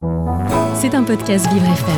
C'est un podcast Vivre FM.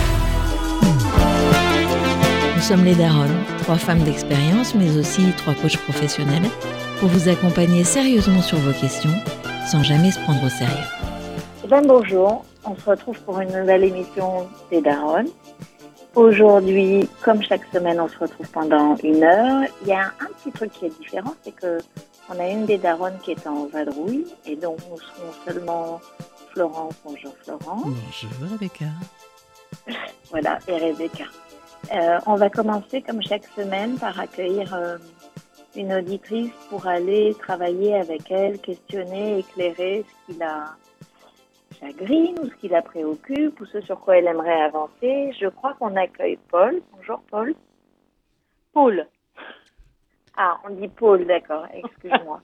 Nous sommes les Daronnes, 3 femmes d'expérience, mais aussi 3 coachs professionnels, pour vous accompagner sérieusement sur vos questions, sans jamais se prendre au sérieux. Bonjour, on se retrouve pour une nouvelle émission des Daronnes. Aujourd'hui, comme chaque semaine, on se retrouve pendant 1 heure. Il y a un petit truc qui est différent, c'est que on a une des Daronnes qui est en vadrouille, et donc nous serons seulement Florence. Bonjour Florence. Bonjour Rebecca. Voilà, et Rebecca. On va commencer comme chaque semaine par accueillir une auditrice pour aller travailler avec elle, questionner, éclairer ce qui la chagrine ou ce qui la préoccupe ou ce sur quoi elle aimerait avancer. Je crois qu'on accueille Paul. Bonjour Paul. Paul. Ah, on dit Paul, d'accord, excuse-moi.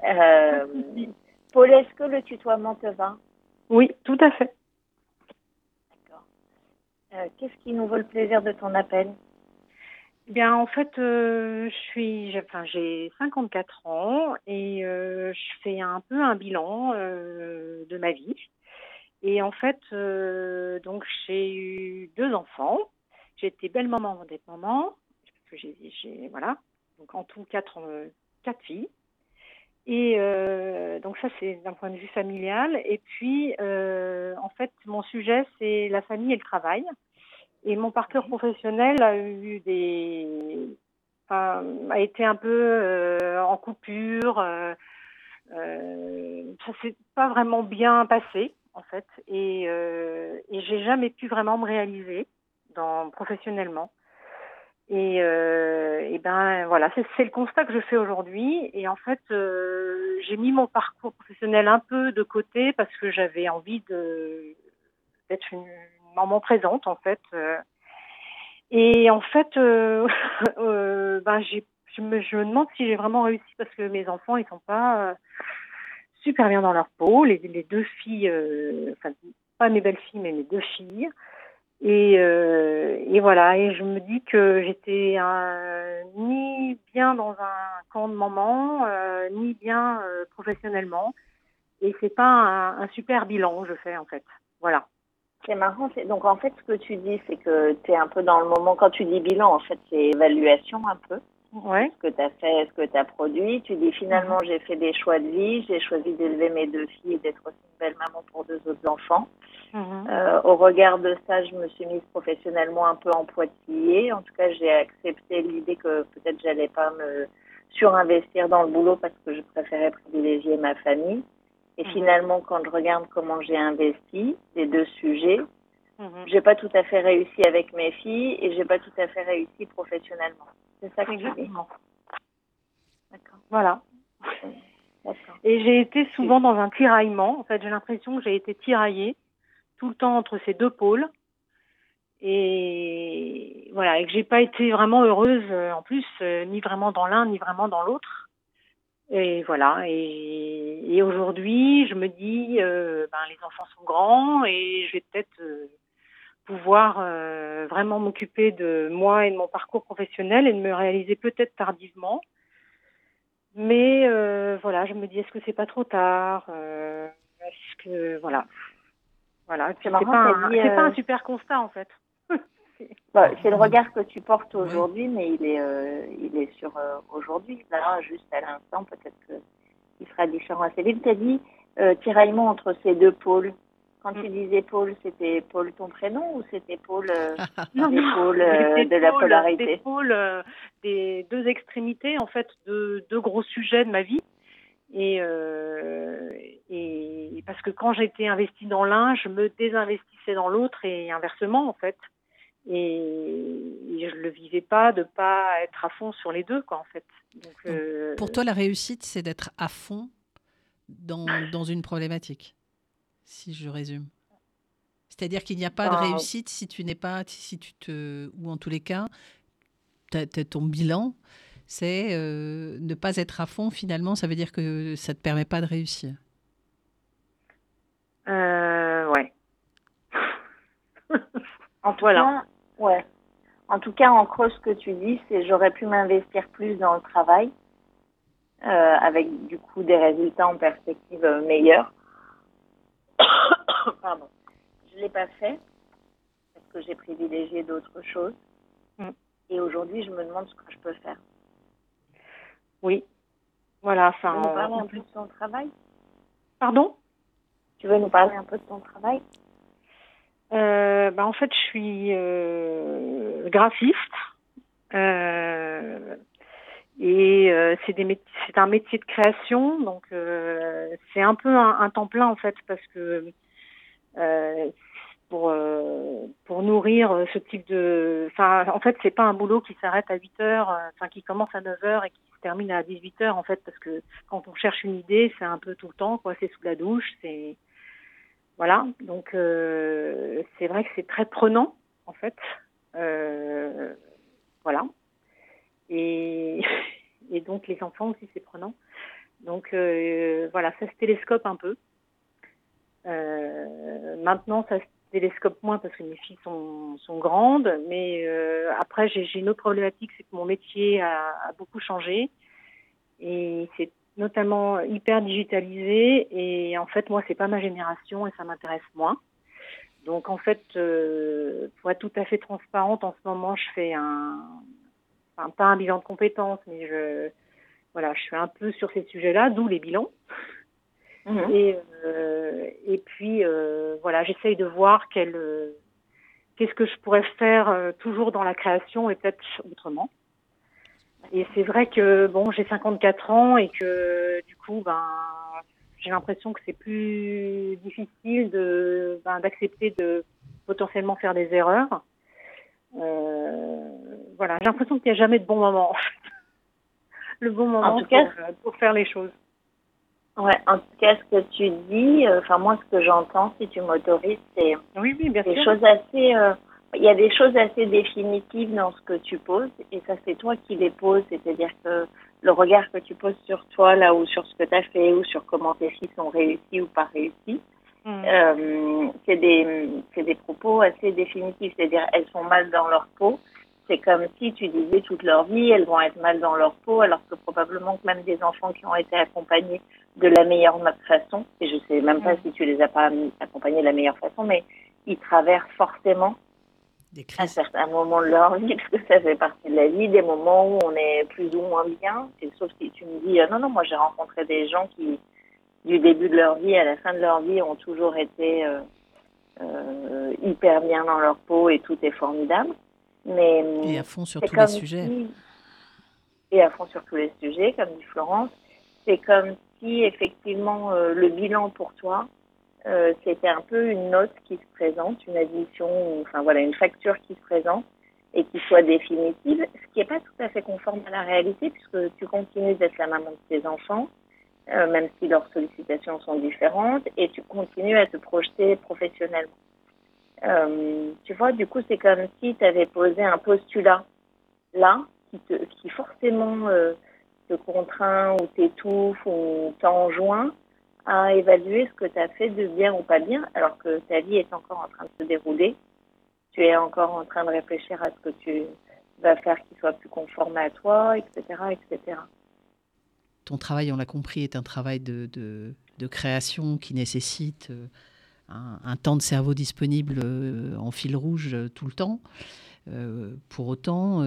Paul, est-ce que le tutoiement te va? Oui, tout à fait. D'accord. Qu'est-ce qui nous vaut le plaisir de ton appel? Eh bien, en fait, j'ai 54 ans et je fais un peu un bilan de ma vie. Et en fait, donc j'ai eu 2 enfants. J'ai été belle-maman avant d'être maman, parce que voilà. Donc en tout 4 filles. Et donc ça, c'est d'un point de vue familial. Et puis, en fait, mon sujet, c'est la famille et le travail. Et mon parcours professionnel a été un peu en coupure. Ça s'est pas vraiment bien passé, en fait. Et j'ai jamais pu vraiment me réaliser professionnellement. Et ben voilà, c'est le constat que je fais aujourd'hui. Et en fait, j'ai mis mon parcours professionnel un peu de côté parce que j'avais envie d'être une maman présente, en fait. Et en fait, je me demande si j'ai vraiment réussi parce que mes enfants, ils sont pas super bien dans leur peau. Les 2 filles, pas mes belles-filles, mais mes 2 filles. Et voilà, et je me dis que j'étais ni bien dans un camp de maman, ni bien professionnellement. Et c'est pas un super bilan que je fais, en fait. Voilà. C'est marrant. Donc, en fait, ce que tu dis, c'est que tu es un peu dans le moment. Quand tu dis bilan, en fait, c'est évaluation un peu. Ouais. Ce que tu as fait, ce que tu as produit. Tu dis finalement, j'ai fait des choix de vie. J'ai choisi d'élever mes 2 filles et d'être aussi une belle maman pour 2 autres enfants. Au regard de ça, je me suis mise professionnellement un peu en pointillé. En tout cas, j'ai accepté l'idée que peut-être j'allais pas me surinvestir dans le boulot parce que je préférais privilégier ma famille. Et finalement, quand je regarde comment j'ai investi les 2 sujets, j'ai pas tout à fait réussi avec mes filles et j'ai pas tout à fait réussi professionnellement. C'est ça que tu dis. D'accord. Voilà. D'accord. Et j'ai été souvent dans un tiraillement. En fait, j'ai l'impression que j'ai été tiraillée tout le temps entre ces 2 pôles. Et voilà, et que j'ai pas été vraiment heureuse en plus, ni vraiment dans l'un, ni vraiment dans l'autre. Et voilà, et aujourd'hui, je me dis, les enfants sont grands et je vais peut-être pouvoir vraiment m'occuper de moi et de mon parcours professionnel et de me réaliser peut-être tardivement. Mais voilà, je me dis, est-ce que c'est pas trop tard? Est-ce que voilà, C'est pas un super constat, en fait. C'est le regard que tu portes aujourd'hui, mais il est sur aujourd'hui. Là, juste à l'instant, peut-être qu'il sera différent assez vite. Tu as dit tiraillement entre ces 2 pôles. Quand tu disais Paul, c'était Paul ton prénom ou c'était Paul de la polarité? Des pôles, des 2 extrémités, en fait, de 2 gros sujets de ma vie. Et parce que quand j'étais investie dans l'un, je me désinvestissais dans l'autre et inversement, en fait. Et je le vivais pas de pas être à fond sur les 2, quoi, en fait. Donc, pour toi, la réussite, c'est d'être à fond dans une problématique, si je résume. C'est-à-dire qu'il n'y a pas de réussite si tu n'es pas, ou en tous les cas, ton bilan, c'est ne pas être à fond. Finalement, ça veut dire que ça te permet pas de réussir. Ouais. En tout cas, en creux, ce que tu dis, c'est j'aurais pu m'investir plus dans le travail, avec du coup des résultats en perspective meilleurs. Pardon. je ne l'ai pas fait parce que j'ai privilégié d'autres choses. Et aujourd'hui, je me demande ce que je peux faire. Oui, voilà. Tu veux nous parler un peu de ton travail? Pardon? Tu veux nous parler un peu de ton travail? En fait, je suis graphiste. C'est un métier de création, donc c'est un peu un temps plein en fait, parce que pour nourrir ce type de... Enfin, en fait, c'est pas un boulot qui s'arrête à 8 heures, qui commence à 9 heures et qui se termine à 18 heures en fait, parce que quand on cherche une idée, c'est un peu tout le temps, quoi. C'est sous la douche, c'est... Voilà, donc c'est vrai que c'est très prenant en fait. Voilà. Et donc les enfants aussi, c'est prenant. Donc voilà, ça se télescope un peu. Maintenant, ça se télescope moins parce que mes filles sont grandes, mais après j'ai une autre problématique, c'est que mon métier a beaucoup changé et c'est notamment hyper digitalisé, et en fait moi c'est pas ma génération et ça m'intéresse moins. Donc en fait, pour être tout à fait transparente, en ce moment je fais pas un bilan de compétences, mais je suis un peu sur ces sujets-là, d'où les bilans. Et puis j'essaye de voir qu'est-ce que je pourrais faire toujours dans la création et peut-être autrement. Et c'est vrai que j'ai 54 ans et que du coup j'ai l'impression que c'est plus difficile d'accepter de potentiellement faire des erreurs. J'ai l'impression qu'il n'y a jamais de bon moment. Le bon moment pour faire les choses. Ouais, en tout cas, ce que tu dis, moi, ce que j'entends, si tu m'autorises, c'est oui, bien des sûr. choses assez... il y a des choses assez définitives dans ce que tu poses, et ça, c'est toi qui les poses, c'est-à-dire que le regard que tu poses sur toi, là, ou sur ce que tu as fait, ou sur comment tes filles sont réussies ou pas réussies, c'est des propos assez définitifs, c'est-à-dire elles sont mal dans leur peau. C'est comme si tu disais toute leur vie, elles vont être mal dans leur peau, alors que probablement que même des enfants qui ont été accompagnés de la meilleure façon, et je sais même pas si tu les as pas accompagnés de la meilleure façon, mais ils traversent forcément à certains moments de leur vie, parce que ça fait partie de la vie, des moments où on est plus ou moins bien, et sauf si tu me dis, non, moi j'ai rencontré des gens qui, du début de leur vie à la fin de leur vie, ont toujours été hyper bien dans leur peau et tout est formidable. Mais et à fond sur tous les sujets. Et à fond sur tous les sujets, comme dit Florence. C'est comme si, effectivement, le bilan pour toi, c'était un peu une note qui se présente, une addition, une facture qui se présente et qui soit définitive, ce qui n'est pas tout à fait conforme à la réalité, puisque tu continues d'être la maman de tes enfants, même si leurs sollicitations sont différentes, et tu continues à te projeter professionnellement. Tu vois, du coup, c'est comme si tu avais posé un postulat là qui forcément te contraint ou t'étouffe ou t'enjoint à évaluer ce que tu as fait de bien ou pas bien, alors que ta vie est encore en train de se dérouler. Tu es encore en train de réfléchir à ce que tu vas faire qui soit plus conforme à toi, etc., etc. Ton travail, on l'a compris, est un travail de création qui nécessite un temps de cerveau disponible en fil rouge tout le temps. Pour autant,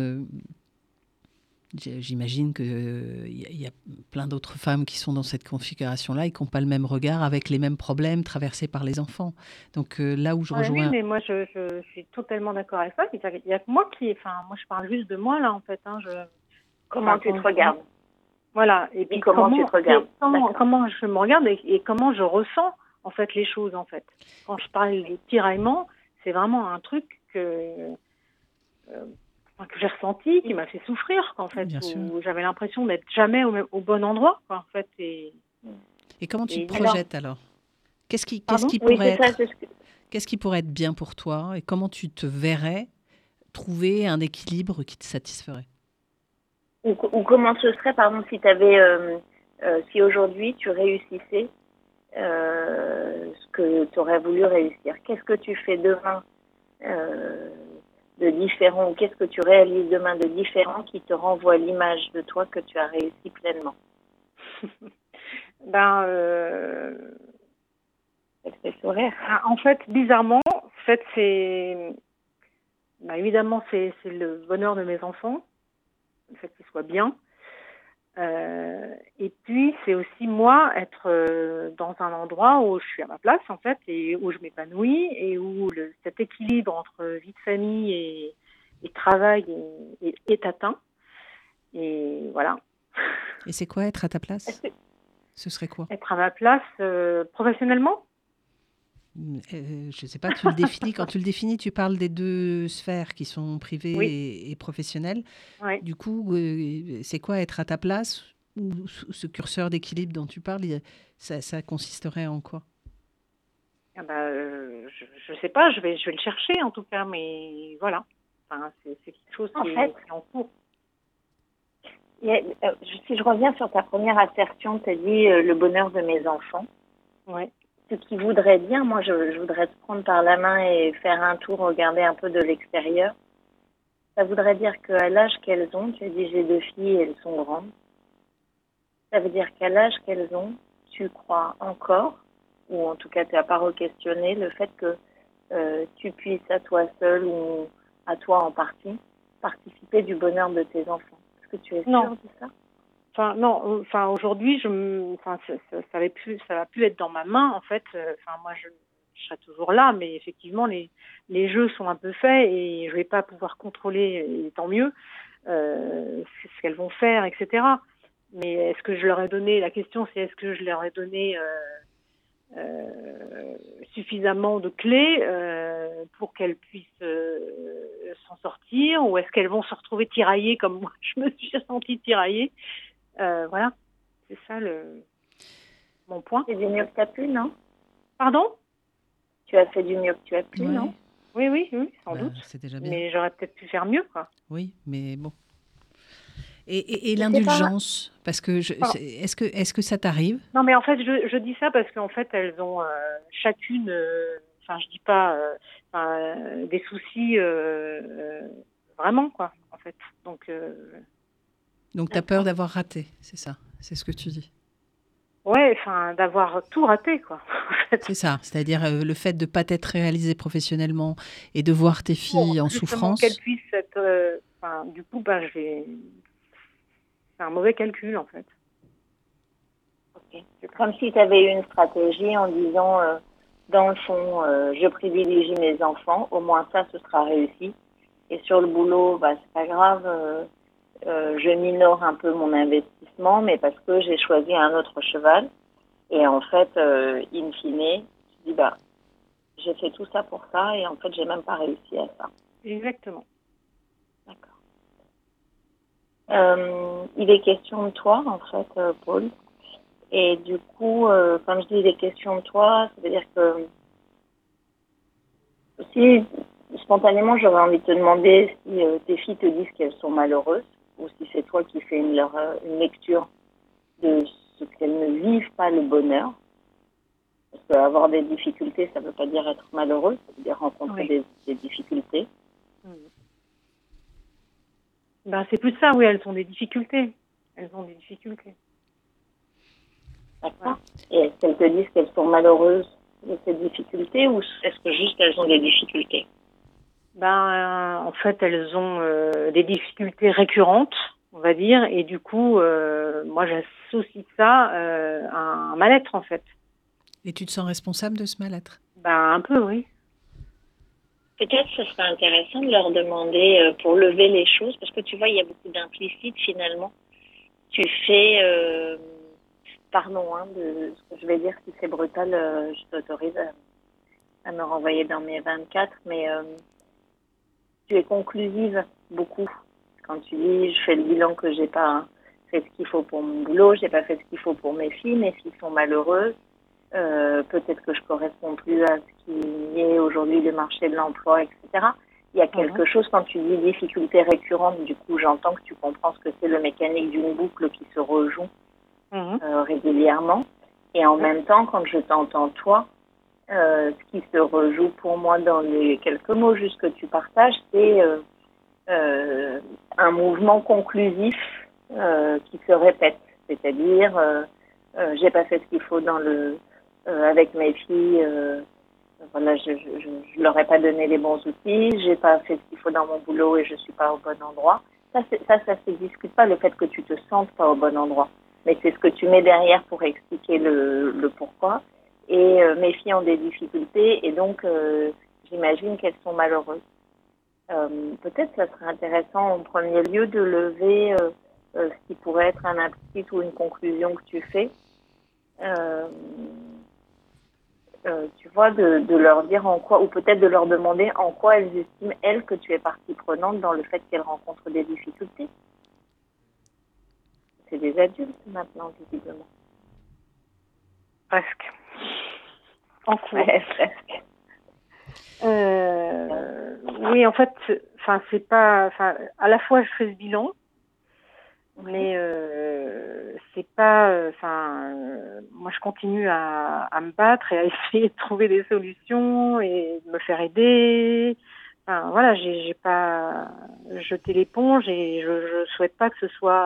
j'imagine qu'il y a plein d'autres femmes qui sont dans cette configuration-là et qui n'ont pas le même regard, avec les mêmes problèmes traversés par les enfants. Donc là où je rejoins... Oui, mais moi je suis totalement d'accord avec ça. Il n'y a que moi moi je parle juste de moi là en fait. Comment tu te regardes? Voilà. Et puis comment tu te regardes? Comment je me regarde et comment je ressens en fait les choses en fait. Quand je parle de tiraillement, c'est vraiment un truc que j'ai ressenti, qui m'a fait souffrir en fait, où j'avais l'impression d'être jamais au bon endroit quoi, en fait. Et comment tu te projettes alors? Qu'est-ce qui pourrait être bien pour toi et comment tu te verrais trouver un équilibre qui te satisferait? Ou comment ce serait, pardon, si si aujourd'hui tu réussissais ce que tu aurais voulu réussir? Qu'est-ce que tu fais demain de différent, ou qu'est-ce que tu réalises demain de différent qui te renvoie l'image de toi que tu as réussi pleinement? En fait, bizarrement, fait, évidemment, c'est le bonheur de mes enfants, le fait qu'ils soient bien. Et puis, c'est aussi moi être dans un endroit où je suis à ma place, en fait, et où je m'épanouis, et où cet équilibre entre vie de famille et travail est atteint. Et voilà. Et c'est quoi être à ta place? Ce serait quoi? Être à ma place professionnellement? Je ne sais pas, tu le définis. Quand tu le définis, tu parles des deux sphères qui sont privées Oui. et professionnelles. Oui. Du coup, c'est quoi être à ta place? Ou ce curseur d'équilibre dont tu parles, ça consisterait en quoi? Je sais pas, je vais le chercher en tout cas, mais voilà. Enfin, c'est quelque chose qui est en cours. Si je reviens sur ta première assertion, tu as dit le bonheur de mes enfants. Ouais. Ce qui voudrait dire, moi, je voudrais te prendre par la main et faire un tour, regarder un peu de l'extérieur. Ça voudrait dire qu'à l'âge qu'elles ont, tu as dit j'ai 2 filles et elles sont grandes. Ça veut dire qu'à l'âge qu'elles ont, tu crois encore, ou en tout cas tu n'as pas re-questionné le fait que tu puisses à toi seule ou à toi en partie participer du bonheur de tes enfants. Est-ce que tu es sûre de ça? Enfin non, enfin aujourd'hui, ça va plus être dans ma main en fait. Moi je serai toujours là, mais effectivement les jeux sont un peu faits et je vais pas pouvoir contrôler, et tant mieux, ce qu'elles vont faire, etc. Mais est-ce que je leur ai donné, la question c'est est-ce que je leur ai donné suffisamment de clés pour qu'elles puissent s'en sortir, ou est-ce qu'elles vont se retrouver tiraillées comme moi je me suis sentie tiraillée? Voilà, c'est ça mon point. C'est du mieux que tu as pu, non? Pardon? Tu as fait du mieux que tu as pu, non? Oui, sans doute. C'est déjà bien. Mais j'aurais peut-être pu faire mieux, quoi. Oui, mais bon. Et l'indulgence, parce que est-ce que ça t'arrive? Non, mais en fait, je dis ça parce qu'en fait, elles ont chacune, je dis pas des soucis vraiment, quoi, en fait. Donc tu as peur d'avoir raté, c'est ça? C'est ce que tu dis? Ouais, d'avoir tout raté, quoi. En fait. C'est ça, c'est-à-dire le fait de ne pas t'être réalisée professionnellement et de voir tes filles en souffrance. Qu'elles puissent être, du coup, c'est un mauvais calcul, en fait. Okay. C'est comme si tu avais eu une stratégie en disant, dans le fond, je privilégie mes enfants, au moins ça, ce sera réussi. Et sur le boulot, c'est pas grave, je minore un peu mon investissement, mais parce que j'ai choisi un autre cheval. Et en fait, in fine, tu dis, j'ai fait tout ça pour ça, et en fait, j'ai même pas réussi à ça. Exactement. D'accord. Il est question de toi, en fait, Paul. Et du coup, comme je dis, il est question de toi, ça veut dire que si spontanément j'aurais envie de te demander si tes filles te disent qu'elles sont malheureuses, ou si c'est toi qui fais une lecture de ce qu'elles ne vivent pas le bonheur. Parce qu'avoir des difficultés, ça ne veut pas dire être malheureux, ça veut dire rencontrer des difficultés. C'est plus ça, oui, elles ont des difficultés. D'accord. Et est-ce qu'elles te disent qu'elles sont malheureuses de ces difficultés, ou est-ce que juste elles ont des difficultés? En fait, elles ont des difficultés récurrentes, on va dire, et du coup, moi, j'associe ça à un mal-être, en fait. Et tu te sens responsable de ce mal-être? Un peu, oui. Peut-être ce serait intéressant de leur demander, pour lever les choses, parce que tu vois, il y a beaucoup d'implicites, finalement. Tu fais... pardon de ce que je vais dire, si c'est brutal, je t'autorise à me renvoyer dans mes 24, mais tu es conclusive beaucoup. Quand tu dis, je fais le bilan que j'ai pas fait ce qu'il faut pour mon boulot, j'ai pas fait ce qu'il faut pour mes filles sont malheureuses, peut-être que je corresponds plus à ce qui est aujourd'hui le marché de l'emploi, etc. Il y a quelque chose, quand tu dis difficultés récurrentes, du coup j'entends que tu comprends ce que c'est le mécanique d'une boucle qui se rejoue régulièrement. Et en même temps, quand je t'entends toi, ce qui se rejoue pour moi dans les quelques mots juste que tu partages, c'est un mouvement conclusif qui se répète. C'est-à-dire, j'ai pas fait ce qu'il faut avec mes filles voilà, je leur ai pas donné les bons outils, j'ai pas fait ce qu'il faut dans mon boulot et je suis pas au bon endroit. Ça se discute pas, le fait que tu te sentes pas au bon endroit. Mais c'est ce que tu mets derrière pour expliquer le pourquoi. Et mes filles ont des difficultés et donc j'imagine qu'elles sont malheureuses. Peut-être ça serait intéressant en premier lieu de lever ce qui pourrait être un implicite ou une conclusion que tu fais. Tu vois, de leur dire en quoi, ou peut-être de leur demander en quoi elles estiment, elles, que tu es partie prenante dans le fait qu'elles rencontrent des difficultés. C'est des adultes maintenant, visiblement. Presque. En cours. Ouais, presque. Oui, en fait, c'est pas, à la fois je fais ce bilan, mais c'est pas, moi je continue à me battre et à essayer de trouver des solutions et de me faire aider. Enfin, voilà, j'ai pas jeté l'éponge et je souhaite pas que ce soit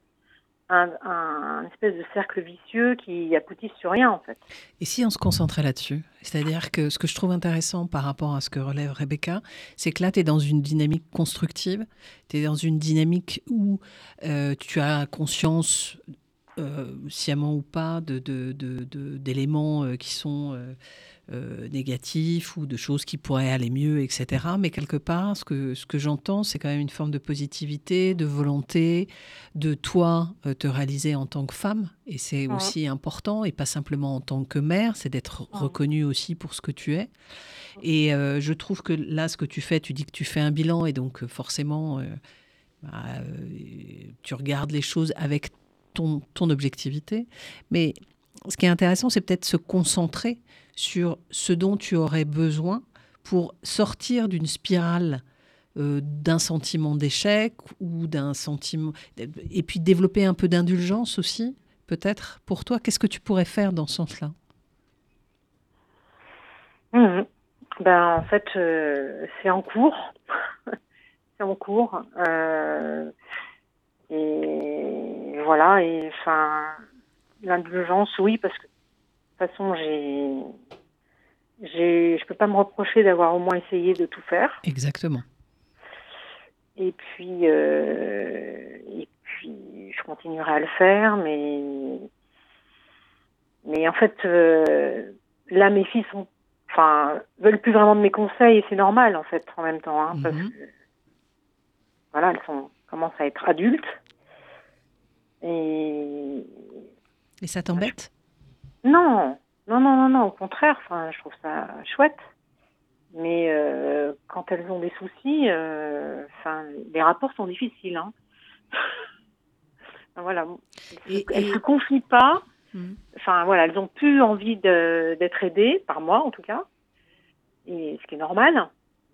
un espèce de cercle vicieux qui aboutisse sur rien, en fait. Et si on se concentrait là-dessus, c'est-à-dire que ce que je trouve intéressant par rapport à ce que relève Rebecca, c'est que là, tu es dans une dynamique constructive, tu es dans une dynamique où tu as conscience, sciemment ou pas, d'éléments qui sont négatifs ou de choses qui pourraient aller mieux, etc. Mais quelque part, ce que j'entends, c'est quand même une forme de positivité, de volonté, de toi te réaliser en tant que femme. Et c'est aussi important, et pas simplement en tant que mère, c'est d'être reconnue aussi pour ce que tu es. Et je trouve que là, ce que tu fais, tu dis que tu fais un bilan, et donc forcément, tu regardes les choses avec ton objectivité. Mais ce qui est intéressant, c'est peut-être se concentrer sur ce dont tu aurais besoin pour sortir d'une spirale d'un sentiment d'échec ou d'un sentiment... Et puis développer un peu d'indulgence aussi, peut-être, pour toi. Qu'est-ce que tu pourrais faire dans ce sens-là ? En fait, c'est en cours. C'est en cours. Et voilà, et l'indulgence, oui, parce que de toute façon, je peux pas me reprocher d'avoir au moins essayé de tout faire. Exactement. Et puis je continuerai à le faire, mais en fait, là, mes filles veulent plus vraiment de mes conseils, et c'est normal, en fait, en même temps, parce que, voilà, elles commencent à être adultes. Et ça t'embête ? Non, au contraire, je trouve ça chouette. Mais quand elles ont des soucis, les rapports sont difficiles. Voilà, elles se confient pas. Elles ont plus envie d'être aidées par moi, en tout cas, et ce qui est normal.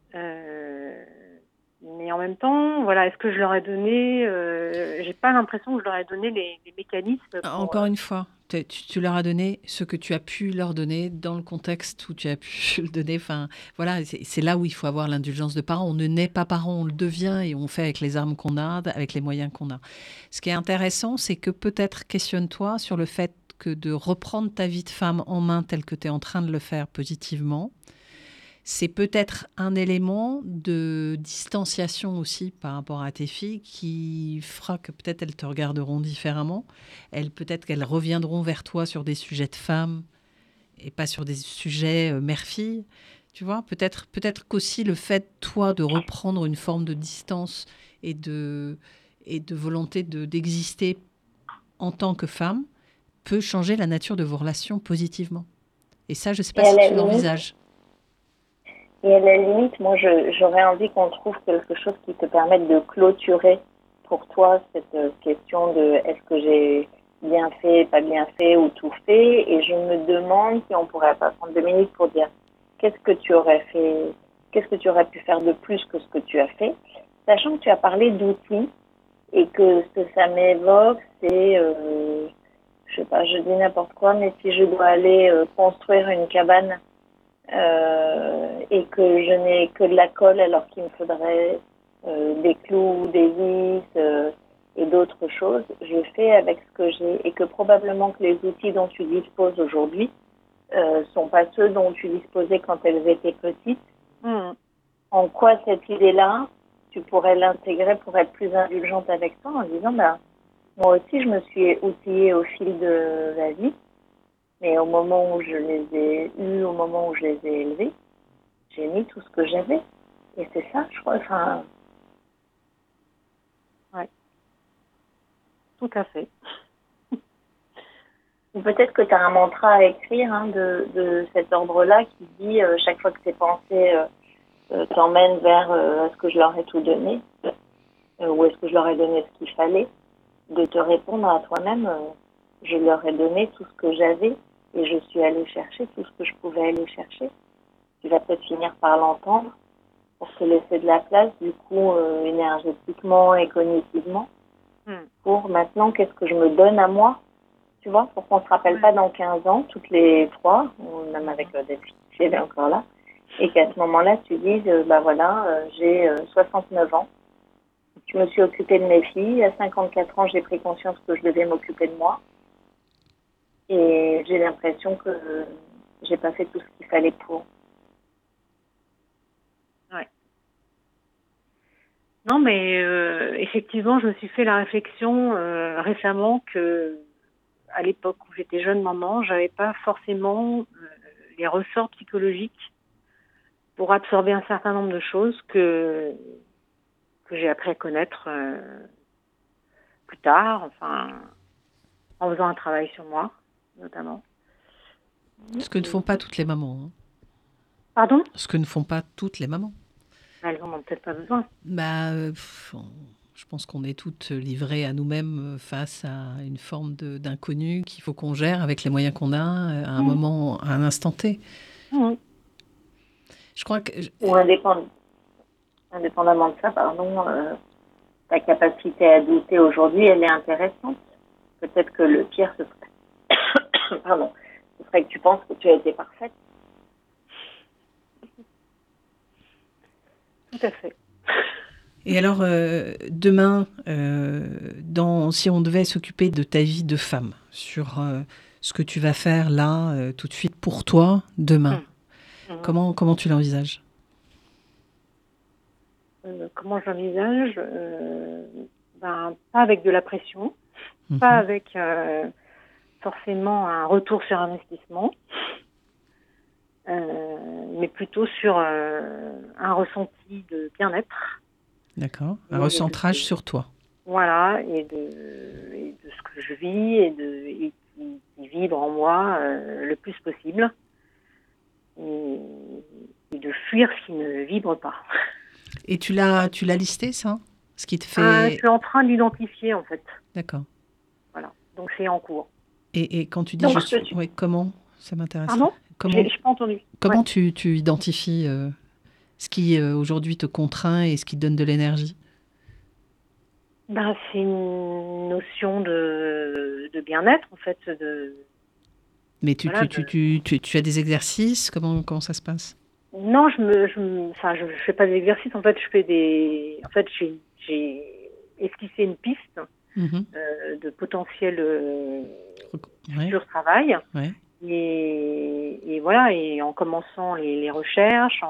Mais en même temps, voilà, est-ce que je leur ai donné j'ai pas l'impression que je leur ai donné les mécanismes. Encore une fois, tu leur as donné ce que tu as pu leur donner dans le contexte où tu as pu le donner. Enfin, voilà, c'est là où il faut avoir l'indulgence de parents. On ne naît pas parent, on le devient et on fait avec les armes qu'on a, avec les moyens qu'on a. Ce qui est intéressant, c'est que peut-être questionne-toi sur le fait que de reprendre ta vie de femme en main tel que tu es en train de le faire positivement, c'est peut-être un élément de distanciation aussi par rapport à tes filles qui fera que peut-être elles te regarderont différemment. Peut-être qu'elles reviendront vers toi sur des sujets de femmes et pas sur des sujets mère-fille. Tu vois, peut-être qu'aussi le fait, toi, de reprendre une forme de distance et de volonté d'exister en tant que femme peut changer la nature de vos relations positivement. Et ça, je ne sais pas si tu l'envisages. Et à la limite, moi, j'aurais envie qu'on trouve quelque chose qui te permette de clôturer pour toi cette question de est-ce que j'ai bien fait, pas bien fait ou tout fait. Et je me demande si on pourrait pas prendre 2 minutes pour dire qu'est-ce que tu aurais fait, qu'est-ce que tu aurais pu faire de plus que ce que tu as fait, sachant que tu as parlé d'outils et que ce que ça m'évoque, c'est, je sais pas, je dis n'importe quoi, mais si je dois aller construire une cabane et que je n'ai que de la colle alors qu'il me faudrait des clous, des vis et d'autres choses, je fais avec ce que j'ai et que probablement que les outils dont tu disposes aujourd'hui sont pas ceux dont tu disposais quand elles étaient petites. En quoi cette idée-là, tu pourrais l'intégrer pour être plus indulgente avec toi en disant, moi aussi, je me suis outillée au fil de la vie, mais au moment où je les ai eus, au moment où je les ai élevés, j'ai mis tout ce que j'avais. Et c'est ça, je crois. Enfin... Ouais. Tout à fait. Ou peut-être que tu as un mantra à écrire de cet ordre-là qui dit chaque fois que tes pensées t'emmènent vers est-ce que je leur ai tout donné ou est-ce que je leur ai donné ce qu'il fallait, de te répondre à toi-même je leur ai donné tout ce que j'avais et je suis allée chercher tout ce que je pouvais aller chercher. Tu vas peut-être finir par l'entendre pour te laisser de la place, du coup, énergétiquement et cognitivement, pour maintenant, qu'est-ce que je me donne à moi, tu vois, pour qu'on ne se rappelle pas dans 15 ans, toutes les trois, ou même avec Delphine, si elle est encore là, et qu'à ce moment-là, tu dises, j'ai 69 ans, je me suis occupée de mes filles, à 54 ans, j'ai pris conscience que je devais m'occuper de moi, et j'ai l'impression que j'ai pas fait tout ce qu'il fallait pour. Non, mais effectivement, je me suis fait la réflexion récemment que, à l'époque où j'étais jeune maman, j'avais pas forcément les ressorts psychologiques pour absorber un certain nombre de choses que j'ai appris à connaître plus tard, enfin, en faisant un travail sur moi, notamment. Ce que ne font pas toutes les mamans. Hein. Pardon ? Ce que ne font pas toutes les mamans. Elles n'en ont peut-être pas besoin. Je pense qu'on est toutes livrées à nous-mêmes face à une forme d'inconnu qu'il faut qu'on gère avec les moyens qu'on a à un moment, à un instant T. Je crois que... Ou indépendamment de ça, ta capacité à douter aujourd'hui, elle est intéressante. Peut-être que le pire, ce serait que tu penses que tu as été parfaite. Tout à fait. Et alors, demain, si on devait s'occuper de ta vie de femme, sur ce que tu vas faire là, tout de suite pour toi, demain, comment tu l'envisages ? Comment j'envisage pas avec de la pression, pas avec forcément un retour sur investissement, mais plutôt sur un ressenti de bien-être. D'accord. Un recentrage sur toi. Voilà, et de ce que je vis et qui vibre en moi le plus possible. Et de fuir ce qui ne vibre pas. Et tu l'as listé, ça ? Ce qui te fait... Je suis en train de l'identifier, en fait. D'accord. Voilà, donc c'est en cours. Et quand tu dis comment ? Ça m'intéresse. Pardon ? Comment, je n'ai pas entendu. Comment tu identifies ce qui aujourd'hui te contraint et ce qui te donne de l'énergie ? C'est une notion de bien-être, en fait. Mais tu as des exercices ? Comment ça se passe ? Non, je fais pas d'exercices. En fait, j'ai esquissé une piste de potentiel futur travail. Ouais. Et voilà, et en commençant les recherches,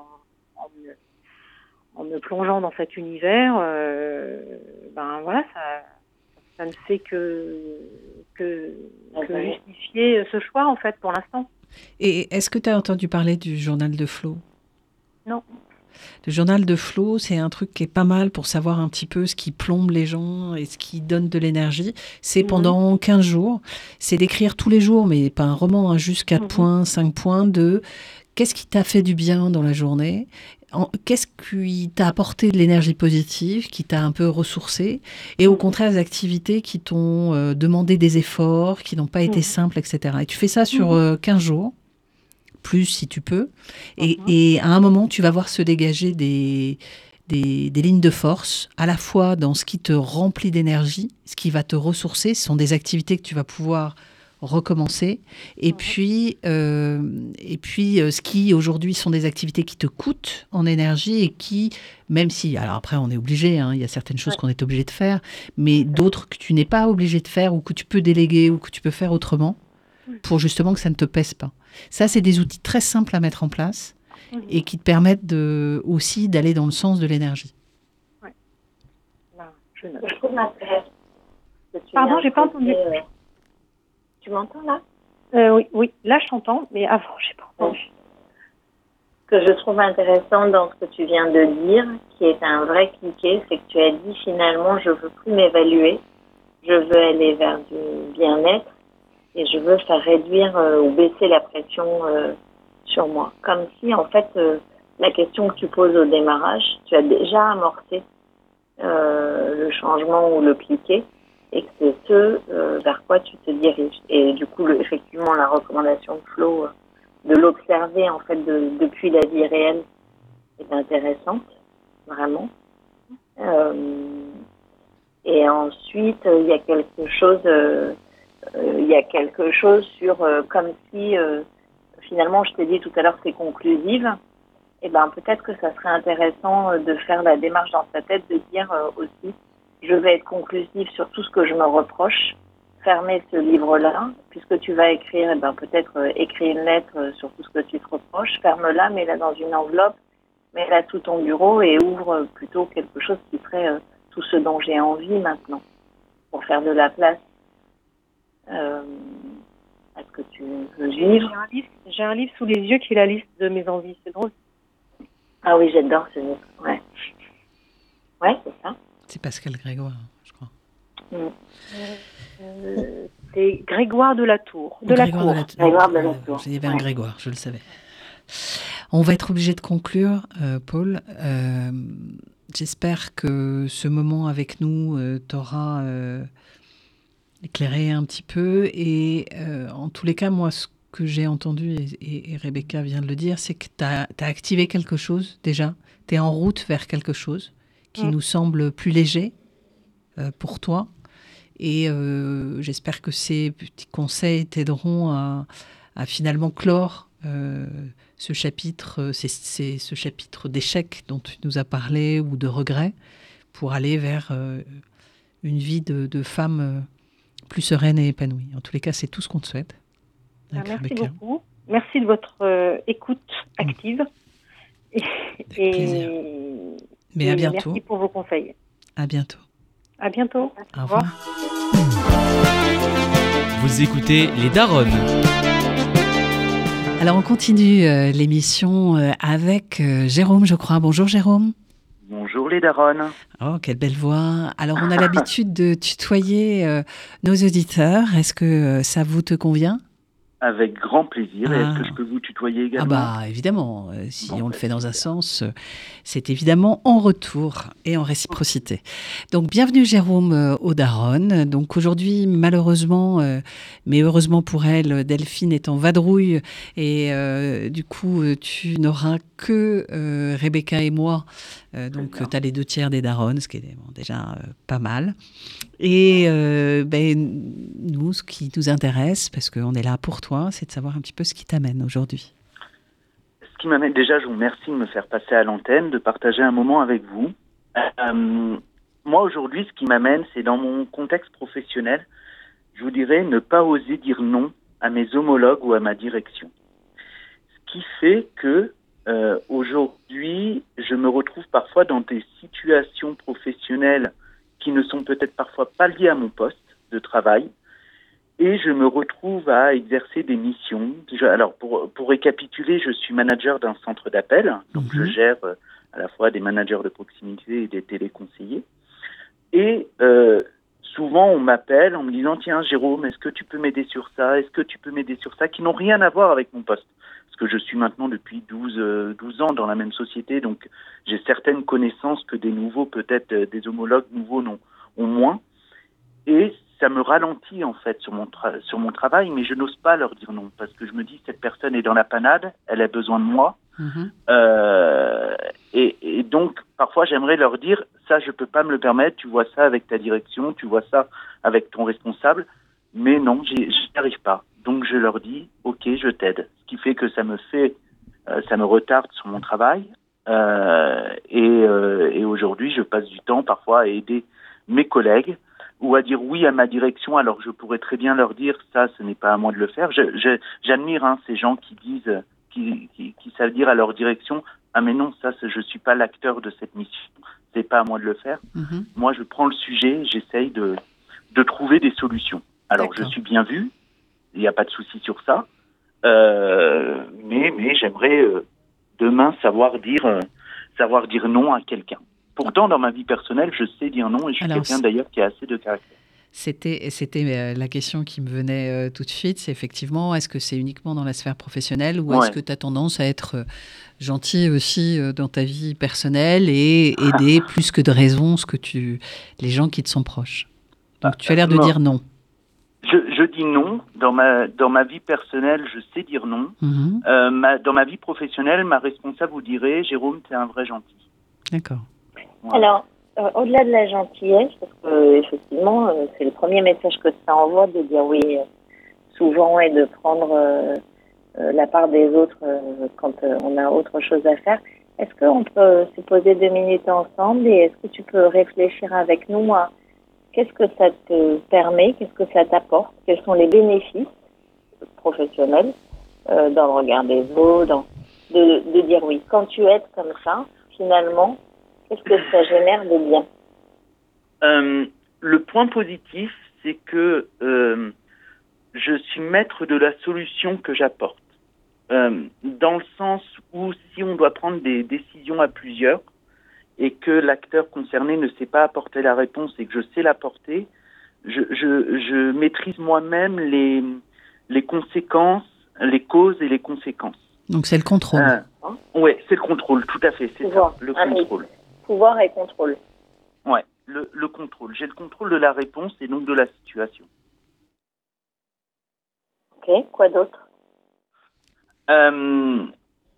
en me plongeant dans cet univers, ça ne fait que justifier ce choix, en fait, pour l'instant. Et est-ce que tu as entendu parler du journal de Flo ? Non. Le journal de Flo, c'est un truc qui est pas mal pour savoir un petit peu ce qui plombe les gens et ce qui donne de l'énergie. C'est pendant 15 jours. C'est d'écrire tous les jours, mais pas un roman, juste 4 points, 5 points de qu'est-ce qui t'a fait du bien dans la journée ? Qu'est-ce qui t'a apporté de l'énergie positive, qui t'a un peu ressourcé, et au contraire des activités qui t'ont demandé des efforts, qui n'ont pas été simples, etc. Et tu fais ça sur 15 jours, plus si tu peux, et à un moment, tu vas voir se dégager des lignes de force, à la fois dans ce qui te remplit d'énergie, ce qui va te ressourcer, ce sont des activités que tu vas pouvoir recommencer, et puis ce qui aujourd'hui sont des activités qui te coûtent en énergie et qui, même si, alors après on est obligé, il y a certaines choses qu'on est obligé de faire, mais d'autres que tu n'es pas obligé de faire ou que tu peux déléguer ou que tu peux faire autrement, pour justement que ça ne te pèse pas. Ça, c'est des outils très simples à mettre en place et qui te permettent aussi d'aller dans le sens de l'énergie. Ouais. Je trouve intéressant. Pardon, j'ai pas entendu. Tu m'entends là? Oui, là je t'entends, mais avant, j'ai pas entendu. Ce que je trouve intéressant dans ce que tu viens de dire, qui est un vrai cliquet, c'est que tu as dit finalement, je veux plus m'évaluer, je veux aller vers du bien-être et je veux faire réduire ou baisser la pression sur moi. Comme si, en fait, la question que tu poses au démarrage, tu as déjà amorcé le changement ou le cliquet et que c'est ce vers quoi tu te diriges. Et du coup, effectivement, la recommandation de Flo, de l'observer, en fait, depuis la vie réelle, est intéressante, vraiment. Et ensuite, il y a quelque chose sur comme si finalement je t'ai dit tout à l'heure c'est conclusive, et ben peut-être que ça serait intéressant de faire la démarche dans sa tête de dire aussi je vais être conclusive sur tout ce que je me reproche, fermer ce livre-là, puisque tu vas écrire, et ben peut-être écrire une lettre sur tout ce que tu te reproches, ferme-la, mets-la dans une enveloppe, mets-la sous ton bureau et ouvre plutôt quelque chose qui serait tout ce dont j'ai envie maintenant, pour faire de la place à ce que tu veux vivre. J'ai un livre sous les yeux qui est la liste de mes envies, c'est drôle. Ah oui, j'adore ce livre, ouais. Ouais, c'est ça. C'est Pascal Grégoire, je crois. C'est Grégoire de la Tour. Grégoire de la Tour. Il y avait un Grégoire, je le savais. On va être obligé de conclure, Paul. J'espère que ce moment avec nous t'aura éclairé un petit peu. Et en tous les cas, moi, ce que j'ai entendu, et Rebecca vient de le dire, c'est que tu as activé quelque chose déjà. Tu es en route vers quelque chose qui nous semble plus léger pour toi. Et j'espère que ces petits conseils t'aideront à finalement clore ce chapitre, c'est ce chapitre d'échec dont tu nous as parlé ou de regret, pour aller vers une vie de femme plus sereine et épanouie. En tous les cas, c'est tout ce qu'on te souhaite. Merci Rebecca. Beaucoup. Merci de votre écoute active. Plaisir. Mais à bientôt. Merci pour vos conseils. À bientôt. À bientôt. Au revoir. Vous écoutez Les Daronnes. Alors on continue l'émission avec Jérôme, je crois. Bonjour Jérôme. Bonjour les Daronnes. Oh, quelle belle voix. Alors on a l'habitude de tutoyer nos auditeurs. Est-ce que ça te convient ? Avec grand plaisir. Et est-ce que je peux vous tutoyer également ? Ah bah évidemment, si on le fait dans un sens, c'est évidemment en retour et en réciprocité. Donc bienvenue Jérôme aux Daronnes. Donc aujourd'hui malheureusement, mais heureusement pour elle, Delphine est en vadrouille et du coup tu n'auras que Rebecca et moi. Donc tu as les 2/3 des Daronnes, ce qui est déjà pas mal. Et nous, ce qui nous intéresse, parce qu'on est là pour toi, c'est de savoir un petit peu ce qui t'amène aujourd'hui. Ce qui m'amène, déjà, je vous remercie de me faire passer à l'antenne, de partager un moment avec vous. Moi, aujourd'hui, ce qui m'amène, c'est dans mon contexte professionnel, je vous dirais ne pas oser dire non à mes homologues ou à ma direction. Ce qui fait que aujourd'hui, je me retrouve parfois dans des situations professionnelles qui ne sont peut-être parfois pas liées à mon poste de travail, et je me retrouve à exercer des missions. Alors, pour récapituler, je suis manager d'un centre d'appel, donc je gère à la fois des managers de proximité et des téléconseillers. Et souvent, on m'appelle en me disant « Tiens, Jérôme, est-ce que tu peux m'aider sur ça ? Est-ce que tu peux m'aider sur ça ?» qui n'ont rien à voir avec mon poste. Parce que je suis maintenant depuis 12 ans dans la même société, donc j'ai certaines connaissances que des nouveaux, peut-être des homologues nouveaux ont moins. Et ça me ralentit en fait sur mon travail, mais je n'ose pas leur dire non, parce que je me dis cette personne est dans la panade, elle a besoin de moi. Et donc parfois j'aimerais leur dire ça je peux pas me le permettre, tu vois ça avec ta direction, tu vois ça avec ton responsable, mais non, j'y arrive pas. Donc je leur dis ok, je t'aide, ce qui fait que ça me retarde sur mon travail et aujourd'hui je passe du temps parfois à aider mes collègues ou à dire oui à ma direction, alors que je pourrais très bien leur dire ça, ce n'est pas à moi de le faire. J'admire ces gens qui disent, qui savent dire à leur direction, ah mais non, ça, je suis pas l'acteur de cette mission, c'est pas à moi de le faire. Moi, je prends le sujet, j'essaye de trouver des solutions. Alors, je suis bien vu, il n'y a pas de souci sur ça, mais j'aimerais demain savoir dire non à quelqu'un. Pourtant, dans ma vie personnelle, je sais dire non et je suis quelqu'un d'ailleurs qui a assez de caractère. C'était la question qui me venait tout de suite, c'est effectivement, est-ce que c'est uniquement dans la sphère professionnelle ou est-ce que tu as tendance à être gentil aussi dans ta vie personnelle et aider plus que de raison les gens qui te sont proches? Donc tu as l'air de dire non. Je dis non. Dans ma vie personnelle, je sais dire non. Dans ma vie professionnelle, ma responsable vous dirait, Jérôme, t'es un vrai gentil. D'accord. Voilà. Alors, au-delà de la gentillesse, parce que effectivement, c'est le premier message que ça envoie de dire oui souvent et de prendre la part des autres quand on a autre chose à faire. Est-ce qu'on peut se poser 2 minutes ensemble et est-ce que tu peux réfléchir avec nous à qu'est-ce que ça te permet, qu'est-ce que ça t'apporte, quels sont les bénéfices professionnels dans le regard des autres, de dire oui. Quand tu aides comme ça, finalement, qu'est-ce que ça génère de bien? Le point positif, c'est que je suis maître de la solution que j'apporte. Dans le sens où si on doit prendre des décisions à plusieurs et que l'acteur concerné ne sait pas apporter la réponse et que je sais l'apporter, je maîtrise moi-même les conséquences, les causes et les conséquences. Donc c'est le contrôle. Oui, c'est le contrôle, tout à fait, c'est ça, le contrôle. Pouvoir et contrôle. Ouais, le contrôle. J'ai le contrôle de la réponse et donc de la situation. Ok, quoi d'autre? J'en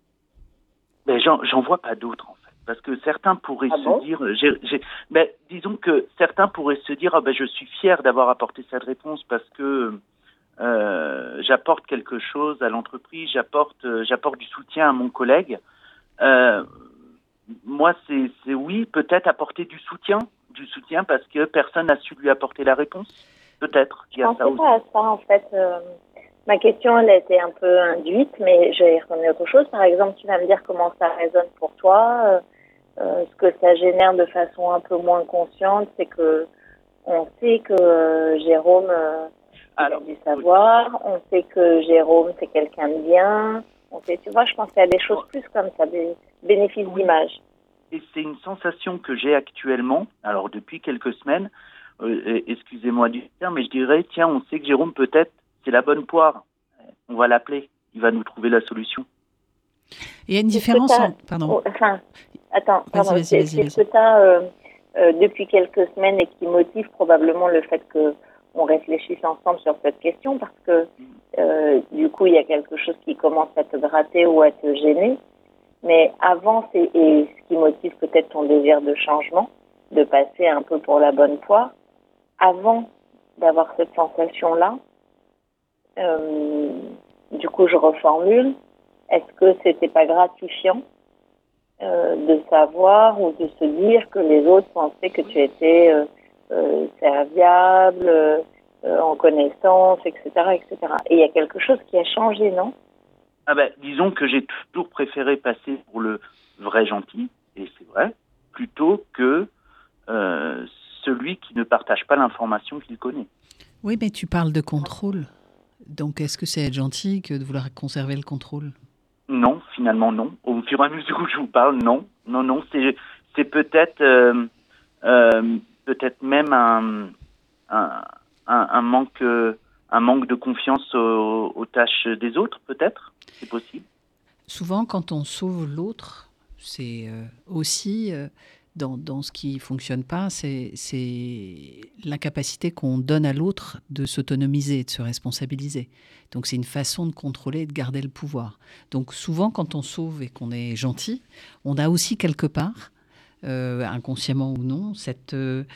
vois pas d'autres en fait, parce que certains pourraient se dire, disons que certains pourraient se dire, je suis fier d'avoir apporté cette réponse parce que j'apporte quelque chose à l'entreprise, j'apporte du soutien à mon collègue. Moi, c'est oui, peut-être apporter du soutien parce que personne n'a su lui apporter la réponse. Peut-être qu'il y a ça aussi. Je pensais pas à ça en fait. Ma question, elle a été un peu induite, mais je vais y retourner autre chose. Par exemple, tu vas me dire comment ça résonne pour toi. Ce que ça génère de façon un peu moins consciente, c'est que on sait que Jérôme a du savoir. On sait que Jérôme, c'est quelqu'un de bien. On sait, tu vois, je pense qu'il y a des choses plus comme ça, des bénéfices d'image. Et c'est une sensation que j'ai actuellement, alors depuis quelques semaines, excusez-moi du terme, mais je dirais, tiens, on sait que Jérôme, peut-être, c'est la bonne poire. On va l'appeler. Il va nous trouver la solution. Il y a une différence... Pardon. Vas-y. Ce que tu as depuis quelques semaines et qui motive probablement le fait qu'on réfléchisse ensemble sur cette question parce que du coup, il y a quelque chose qui commence à te gratter ou à te gêner. Mais avant, et ce qui motive peut-être ton désir de changement, de passer un peu pour la bonne poire, avant d'avoir cette sensation-là, du coup, je reformule. Est-ce que c'était pas gratifiant de savoir ou de se dire que les autres pensaient que tu étais serviable, en connaissance, etc., etc. Et il y a quelque chose qui a changé, non? Disons que j'ai toujours préféré passer pour le vrai gentil, et c'est vrai, plutôt que celui qui ne partage pas l'information qu'il connaît. Oui, mais tu parles de contrôle. Donc, est-ce que c'est être gentil que de vouloir conserver le contrôle? Non, finalement non. Au fur et à mesure où je vous parle, non. Non, c'est peut-être même un manque de confiance aux tâches des autres, peut-être. C'est possible. Souvent, quand on sauve l'autre, c'est aussi dans ce qui fonctionne pas, c'est l'incapacité qu'on donne à l'autre de s'autonomiser, de se responsabiliser. Donc c'est une façon de contrôler et de garder le pouvoir. Donc souvent quand on sauve et qu'on est gentil, on a aussi quelque part, inconsciemment ou non, cette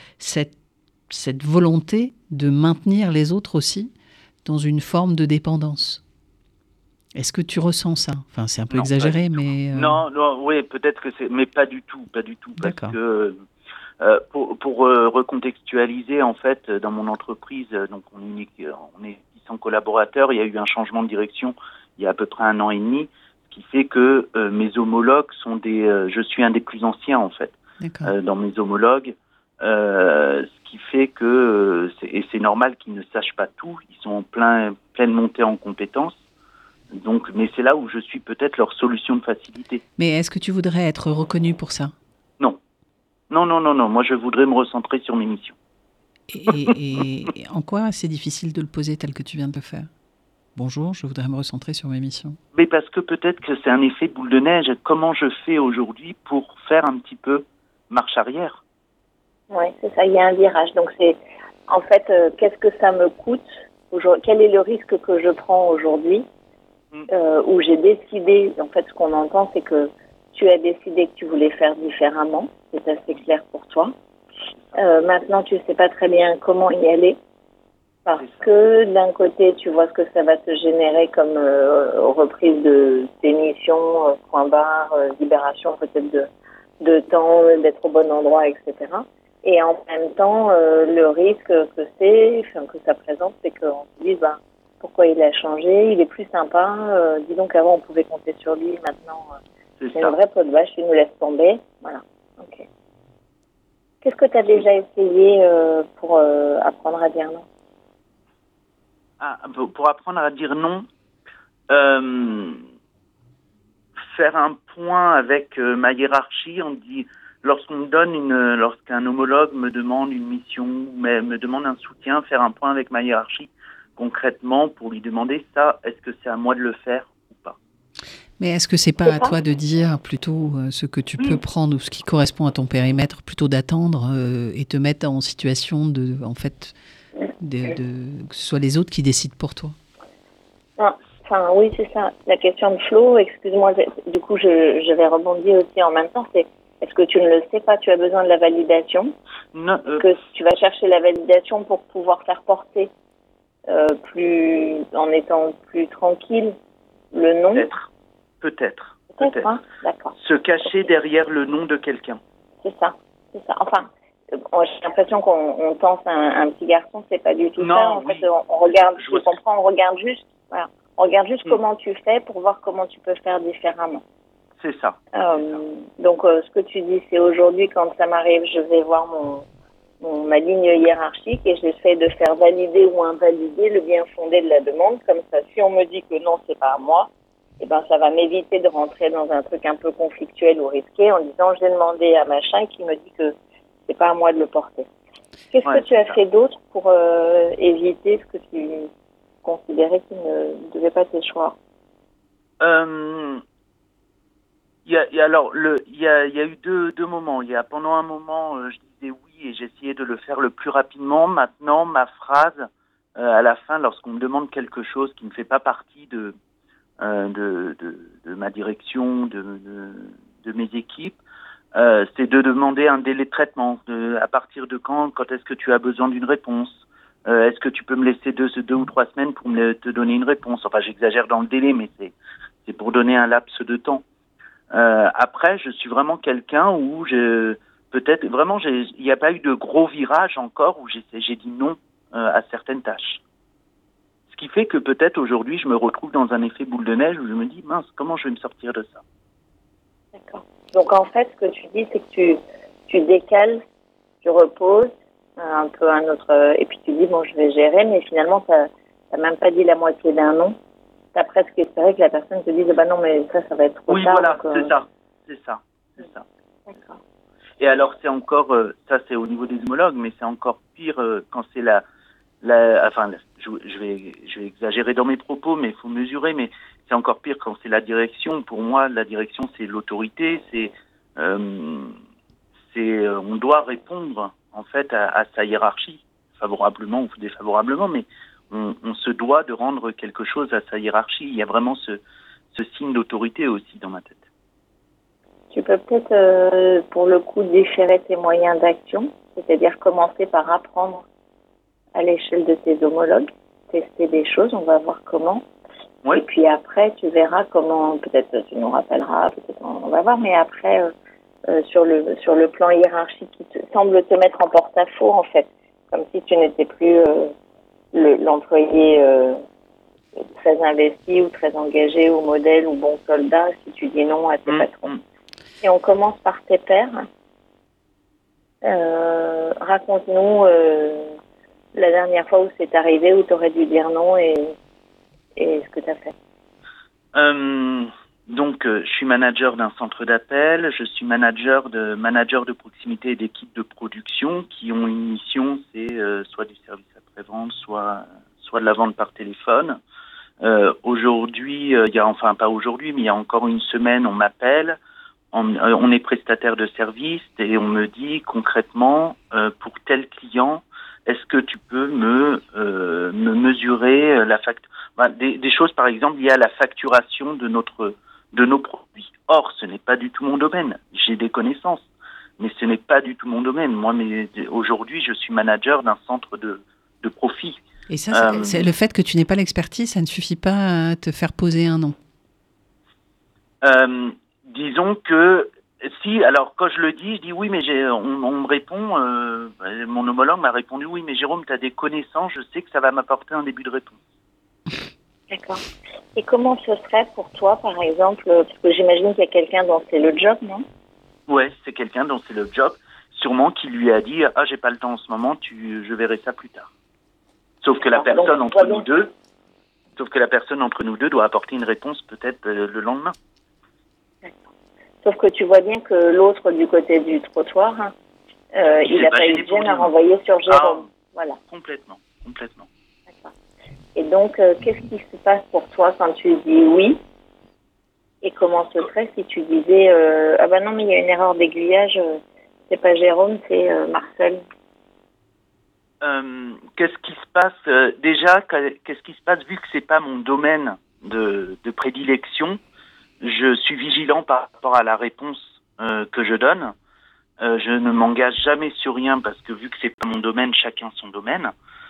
volonté de maintenir les autres aussi dans une forme de dépendance. Est-ce que tu ressens ça? Enfin, c'est un peu exagéré, mais... Non, oui, peut-être que c'est... Mais pas du tout. D'accord. Parce que Recontextualiser, en fait, dans mon entreprise, donc on est 600 collaborateurs, il y a eu un changement de direction il y a à peu près 1 an et demi, ce qui fait que mes homologues sont je suis un des plus anciens, en fait, dans mes homologues, ce qui fait que, et c'est normal qu'ils ne sachent pas tout, ils sont en pleine montée en compétences, donc, mais c'est là où je suis peut-être leur solution de facilité. Mais est-ce que tu voudrais être reconnu pour ça ? Non. Non. Moi, je voudrais me recentrer sur mes missions. Et en quoi c'est difficile de le poser tel que tu viens de le faire ? Bonjour, je voudrais me recentrer sur mes missions. Mais parce que peut-être que c'est un effet boule de neige. Comment je fais aujourd'hui pour faire un petit peu marche arrière ? Oui, c'est ça, il y a un virage. Donc, c'est en fait, qu'est-ce que ça me coûte ? Quel est le risque que je prends aujourd'hui ? Où j'ai décidé, en fait, ce qu'on entend, c'est que tu as décidé que tu voulais faire différemment. C'est assez clair pour toi. Maintenant, tu ne sais pas très bien comment y aller. Parce que d'un côté, tu vois ce que ça va te générer comme reprise de tes missions, point barre, libération peut-être de temps, d'être au bon endroit, etc. Et en même temps, le risque que ça présente, c'est qu'on se dise, pourquoi il a changé, il est plus sympa, dis donc avant on pouvait compter sur lui, maintenant c'est une vraie peau de vache, il nous laisse tomber. Voilà. Ok. Qu'est-ce que tu as déjà essayé pour apprendre à dire non ? Pour apprendre à dire non, faire un point avec ma hiérarchie, on dit, lorsqu'un homologue me demande une mission, me demande un soutien, faire un point avec ma hiérarchie concrètement pour lui demander ça, est-ce que c'est à moi de le faire ou pas ? Mais est-ce que c'est pas à toi de dire plutôt ce que tu peux prendre ou ce qui correspond à ton périmètre, plutôt d'attendre et te mettre en situation que ce soit les autres qui décident pour toi ? Enfin, oui, c'est ça. La question de Flo, excuse-moi, du coup, je vais rebondir aussi en même temps, c'est est-ce que tu ne le sais pas, tu as besoin de la validation ? Non, que tu vas chercher la validation pour pouvoir faire porter en étant plus tranquille le nom ? Peut-être. Hein ? D'accord. Se cacher derrière le nom de quelqu'un. C'est ça. Enfin, j'ai l'impression qu'on pense un petit garçon, c'est pas du tout ça. En fait, on regarde, je comprends, on regarde juste, voilà. On regarde juste comment tu fais pour voir comment tu peux faire différemment. C'est ça. Donc, ce que tu dis, c'est aujourd'hui, quand ça m'arrive, je vais voir ma ligne hiérarchique et j'essaie de faire valider ou invalider le bien fondé de la demande. Comme ça, si on me dit que non, c'est pas à moi, ça va m'éviter de rentrer dans un truc un peu conflictuel ou risqué en disant j'ai demandé à machin qui me dit que c'est pas à moi de le porter. Qu'est-ce que tu as fait d'autre pour éviter ce que tu considérais qui ne devait pas être tes choix ? Il y a eu deux moments. Pendant un moment, je disais oui et j'essayais de le faire le plus rapidement. Maintenant, ma phrase à la fin, lorsqu'on me demande quelque chose qui ne fait pas partie de ma direction, de mes équipes, c'est de demander un délai de traitement. À partir de quand est-ce que tu as besoin d'une réponse ? Est-ce que tu peux me laisser 2 ou 3 semaines pour te donner une réponse ? Enfin, j'exagère dans le délai, mais c'est pour donner un laps de temps. Après, je suis vraiment quelqu'un où il n'y a pas eu de gros virage encore où j'ai dit non à certaines tâches. Ce qui fait que peut-être aujourd'hui, je me retrouve dans un effet boule de neige où je me dis, mince, comment je vais me sortir de ça ? D'accord. Donc en fait, ce que tu dis, c'est que tu décales, tu reposes un peu un autre... et puis tu dis, bon, je vais gérer, mais finalement, tu n'as même pas dit la moitié d'un non. Tu as presque espéré que la personne te dise, non, mais ça va être trop tard. Oui, voilà, donc, c'est ça. D'accord. Et alors, c'est encore... ça, c'est au niveau des homologues, mais c'est encore pire quand c'est je vais exagérer dans mes propos, mais il faut mesurer, mais c'est encore pire quand c'est la direction. Pour moi, la direction, c'est l'autorité, on doit répondre, en fait, à sa hiérarchie, favorablement ou défavorablement, mais on se doit de rendre quelque chose à sa hiérarchie. Il y a vraiment ce signe d'autorité aussi dans ma tête. Tu peux peut-être, pour le coup, différer tes moyens d'action, c'est-à-dire commencer par apprendre à l'échelle de tes homologues, tester des choses, on va voir comment. Oui. Et puis après, tu verras comment, peut-être tu nous rappelleras, peut-être on va voir, mais après, sur le plan hiérarchique qui semble te mettre en porte-à-faux en fait, comme si tu n'étais plus l'employé très investi ou très engagé ou modèle ou bon soldat si tu dis non à tes patrons. Et on commence par tes pairs. Raconte-nous la dernière fois où c'est arrivé, où tu aurais dû dire non et ce que tu as fait. Donc, je suis manager d'un centre d'appel, je suis manager de proximité et d'équipes de production qui ont une mission, c'est soit du service après-vente, soit de la vente par téléphone. Aujourd'hui, pas aujourd'hui, mais il y a encore une semaine, on m'appelle, on est prestataire de service et on me dit concrètement, pour tel client, est-ce que tu peux me mesurer la facture, des choses par exemple liées à la facturation de nos produits. Or, ce n'est pas du tout mon domaine. J'ai des connaissances, mais ce n'est pas du tout mon domaine. Moi, aujourd'hui, je suis manager d'un centre de profit. Et ça, c'est le fait que tu n'aies pas l'expertise, ça ne suffit pas à te faire poser un non. Disons que si, alors quand je le dis, je dis oui, mais on me répond, mon homologue m'a répondu oui, mais Jérôme, tu as des connaissances, je sais que ça va m'apporter un début de réponse. D'accord. Et comment ce serait pour toi, par exemple, parce que j'imagine qu'il y a quelqu'un dont c'est le job, non? Ouais, c'est quelqu'un dont c'est le job, sûrement qui lui a dit « Ah, j'ai pas le temps en ce moment, je verrai ça plus tard ». Sauf que la personne entre nous deux doit apporter une réponse peut-être le lendemain. D'accord. Sauf que tu vois bien que l'autre du côté du trottoir, il n'a pas eu de gêne à renvoyer sur Jérôme. Voilà. Complètement. D'accord. Et donc, qu'est-ce qui se passe pour toi quand tu dis oui? Et comment ce serait si tu disais ah ben non, mais il y a une erreur d'aiguillage, c'est pas Jérôme, c'est Marcel? Qu'est-ce qui se passe qu'est-ce qui se passe vu que c'est pas mon domaine de prédilection? Je suis vigilant par rapport à la réponse que je donne. Je ne m'engage jamais sur rien parce que vu que c'est pas mon domaine, chacun son domaine.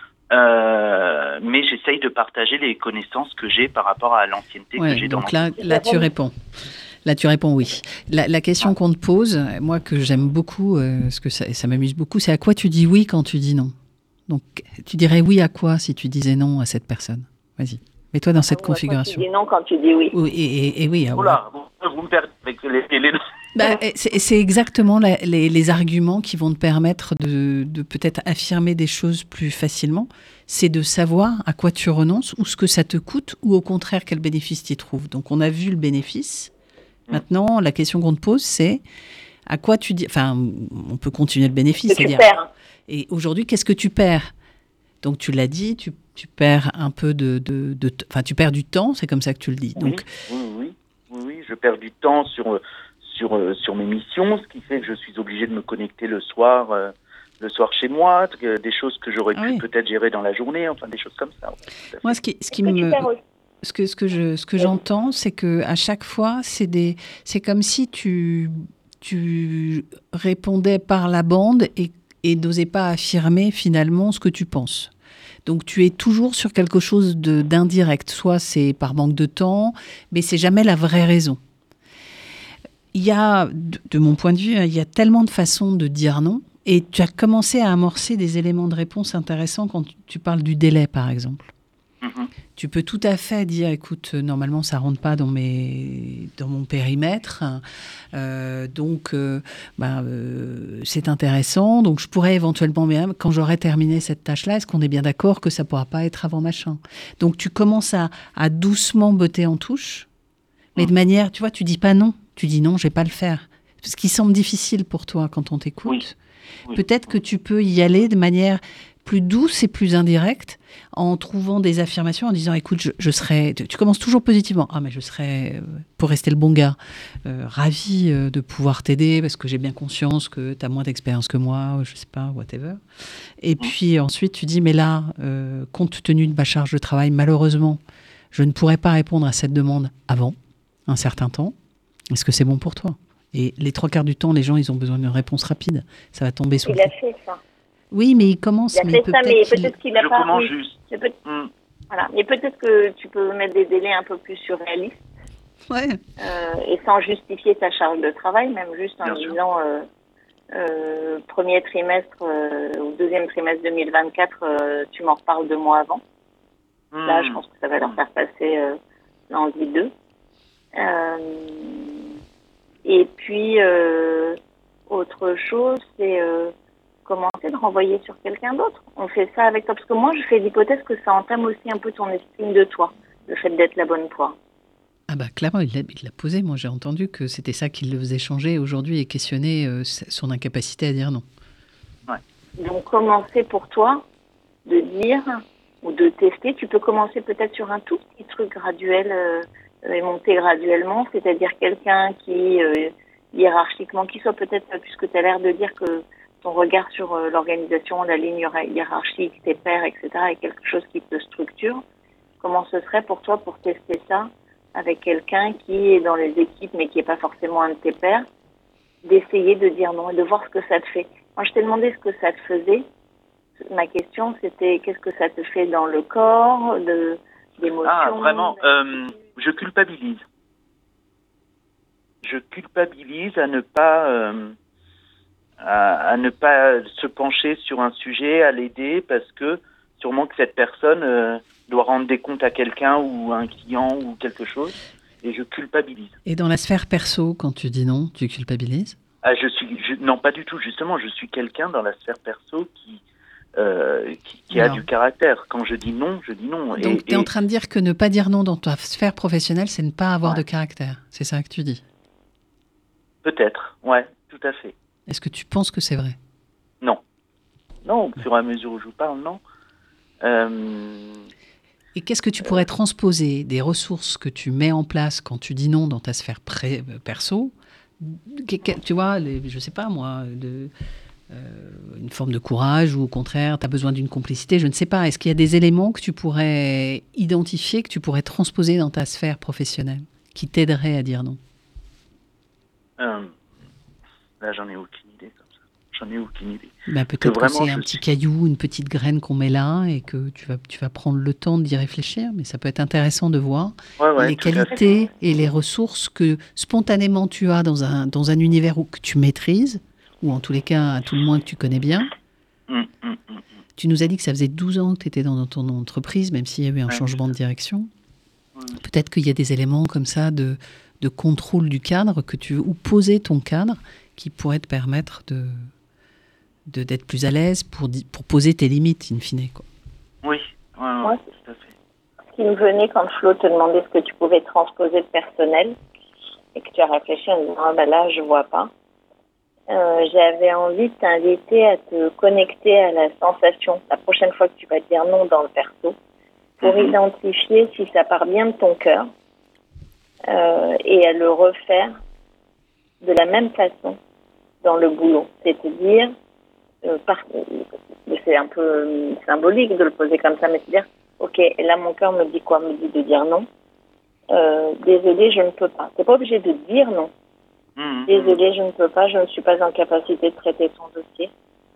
Mais j'essaye de partager les connaissances que j'ai par rapport à l'ancienneté que j'ai dans l'entreprise. Donc là, tu réponds. Là, tu réponds oui. La question qu'on te pose, moi que j'aime beaucoup, parce que ça m'amuse beaucoup, c'est à quoi tu dis oui quand tu dis non. Donc, tu dirais oui à quoi si tu disais non à cette personne? Vas-y, mets-toi dans cette configuration. Tu dis non quand tu dis oui. Oui, et oui. Oula, vous me perdez avec les... c'est exactement les arguments qui vont te permettre de peut-être affirmer des choses plus facilement. C'est de savoir à quoi tu renonces ou ce que ça te coûte ou au contraire quel bénéfice tu y trouves. Donc, on a vu le bénéfice. Maintenant, la question qu'on te pose, c'est à quoi tu dis... Enfin, on peut continuer le bénéfice. C'est-à-dire... Et aujourd'hui, qu'est-ce que tu perds? Donc, tu l'as dit, tu perds un peu enfin, tu perds du temps, c'est comme ça que tu le dis. Donc... Oui, je perds du temps sur mes missions, ce qui fait que je suis obligé de me connecter le soir chez moi, des choses que j'aurais pu peut-être gérer dans la journée, enfin des choses comme ça. Ouais, moi, ce que j'entends, c'est que à chaque fois, c'est comme si tu répondais par la bande et n'osais pas affirmer finalement ce que tu penses. Donc tu es toujours sur quelque chose d'indirect. Soit c'est par manque de temps, mais c'est jamais la vraie raison. Il y a, de mon point de vue, il y a tellement de façons de dire non. Et tu as commencé à amorcer des éléments de réponse intéressants quand tu parles du délai, par exemple. Mm-hmm. Tu peux tout à fait dire, écoute, normalement, ça ne rentre pas dans mon périmètre. C'est intéressant. Donc, je pourrais éventuellement, quand j'aurai terminé cette tâche-là, est-ce qu'on est bien d'accord que ça ne pourra pas être avant machin? Donc, tu commences à doucement botter en touche. Mais de manière, tu vois, tu ne dis pas non. Tu dis non, je ne vais pas le faire. Ce qui semble difficile pour toi quand on t'écoute. Oui. Peut-être que tu peux y aller de manière plus douce et plus indirecte en trouvant des affirmations, en disant écoute, je serais... Tu commences toujours positivement. Ah, mais je serais, pour rester le bon gars, ravi de pouvoir t'aider parce que j'ai bien conscience que tu as moins d'expérience que moi, je sais pas, whatever. Et puis ensuite, tu dis mais là, compte tenu de ma charge de travail, malheureusement, je ne pourrais pas répondre à cette demande avant un certain temps. Est-ce que c'est bon pour toi? Et les 3/4 du temps, les gens, ils ont besoin d'une réponse rapide. Ça va tomber sur le coup. Il a fait ça. Oui, mais il commence. Il a fait ça, mais peut-être qu'il n'a pas... Je commence juste. Voilà. Mais peut-être que tu peux mettre des délais un peu plus surréalistes. Ouais. Et sans justifier ta charge de travail, même juste en Bien sûr. disant premier trimestre ou deuxième trimestre 2024, tu m'en reparles 2 mois avant. Là, je pense que ça va leur faire passer l'envie d'eux. Et puis, autre chose, c'est commencer de renvoyer sur quelqu'un d'autre. On fait ça avec toi. Parce que moi, je fais l'hypothèse que ça entame aussi un peu ton estime de toi, le fait d'être la bonne poire. Ah bah clairement, il l'a posé. Moi, j'ai entendu que c'était ça qui le faisait changer aujourd'hui et questionner son incapacité à dire non. Ouais. Donc, commencer pour toi de dire ou de tester. Tu peux commencer peut-être sur un tout petit truc graduel et monter graduellement, c'est-à-dire quelqu'un qui, hiérarchiquement, qui soit peut-être, puisque tu as l'air de dire que ton regard sur l'organisation, la ligne hiérarchique, tes pairs, etc., est quelque chose qui te structure. Comment ce serait pour toi pour tester ça avec quelqu'un qui est dans les équipes mais qui n'est pas forcément un de tes pairs, d'essayer de dire non et de voir ce que ça te fait. Quand je t'ai demandé ce que ça te faisait, ma question c'était qu'est-ce que ça te fait dans le corps, d'émotions. Ah, vraiment, je culpabilise. Je culpabilise à ne pas se pencher sur un sujet, à l'aider, parce que sûrement que cette personne doit rendre des comptes à quelqu'un ou à un client ou quelque chose, et je culpabilise. Et dans la sphère perso, quand tu dis non, tu culpabilises ? Non, pas du tout. Justement, je suis quelqu'un dans la sphère perso qui a du caractère. Quand je dis non, je dis non. Donc, tu es en train de dire que ne pas dire non dans ta sphère professionnelle, c'est ne pas avoir Ouais. de caractère. C'est ça que tu dis ? Peut-être, ouais, tout à fait. Est-ce que tu penses que c'est vrai ? Non. Non, au fur et à mesure où je vous parle, non. Et qu'est-ce que tu pourrais transposer des ressources que tu mets en place quand tu dis non dans ta sphère perso ? Tu vois, je sais pas moi, une forme de courage ou au contraire, tu as besoin d'une complicité, je ne sais pas. Est-ce qu'il y a des éléments que tu pourrais identifier, que tu pourrais transposer dans ta sphère professionnelle qui t'aideraient à dire non ? Là, j'en ai aucune idée comme ça. J'en ai aucune idée. Ben, peut-être que vraiment, c'est un petit caillou, une petite graine qu'on met là et que tu vas prendre le temps d'y réfléchir, mais ça peut être intéressant de voir les qualités et les ressources que spontanément tu as dans un univers que tu maîtrises, ou en tous les cas, à tout le moins que tu connais bien. Tu nous as dit que ça faisait 12 ans que tu étais dans ton entreprise, même s'il y a eu un changement de direction. Peut-être qu'il y a des éléments comme ça de contrôle du cadre ou poser ton cadre qui pourrait te permettre d'être plus à l'aise pour poser tes limites, in fine, quoi. Oui, ouais, tout à fait. Ce qui me venait quand Flo te demandait ce que tu pouvais transposer de personnel et que tu as réfléchi en disant là je vois pas. J'avais envie de t'inviter à te connecter à la sensation la prochaine fois que tu vas dire non dans le perso pour identifier si ça part bien de ton cœur et à le refaire de la même façon dans le boulot. C'est-à-dire, c'est un peu symbolique de le poser comme ça, mais c'est-à-dire, ok, et là mon cœur me dit quoi ? Me dit de dire non. Désolé, je ne peux pas. T'es pas obligé de dire non. Désolé, je ne peux pas, je ne suis pas en capacité de traiter ton dossier.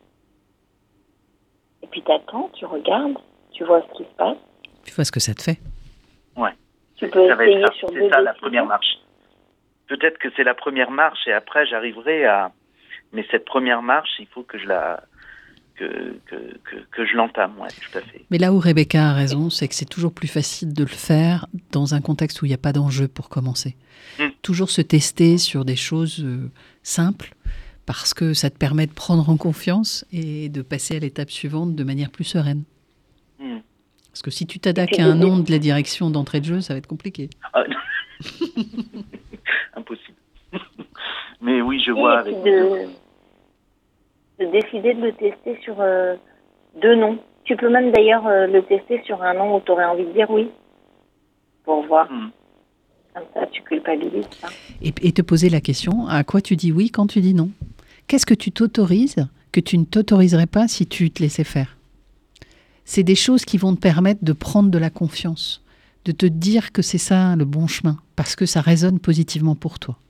Et puis t'attends, tu regardes, tu vois ce qui se passe. Tu vois ce que ça te fait. Ouais. Tu peux essayer sur c'est ça la première marche. Peut-être que c'est la première marche et après j'arriverai à... Mais cette première marche, il faut que je l'entame, ouais, tout à fait. Mais là où Rebecca a raison, c'est que c'est toujours plus facile de le faire dans un contexte où il n'y a pas d'enjeu pour commencer. Toujours se tester sur des choses simples parce que ça te permet de prendre en confiance et de passer à l'étape suivante de manière plus sereine. Parce que si tu t'attaques à un nom de la direction d'entrée de jeu, ça va être compliqué. Impossible. Mais oui, je vois avec de décider de le tester sur 2 noms. Tu peux même d'ailleurs le tester sur un nom où tu aurais envie de dire oui. Pour voir. Comme ça, tu culpabilises pas. Et te poser la question, à quoi tu dis oui quand tu dis non ? Qu'est-ce que tu t'autorises que tu ne t'autoriserais pas si tu te laissais faire ? C'est des choses qui vont te permettre de prendre de la confiance, de te dire que c'est ça le bon chemin, parce que ça résonne positivement pour toi.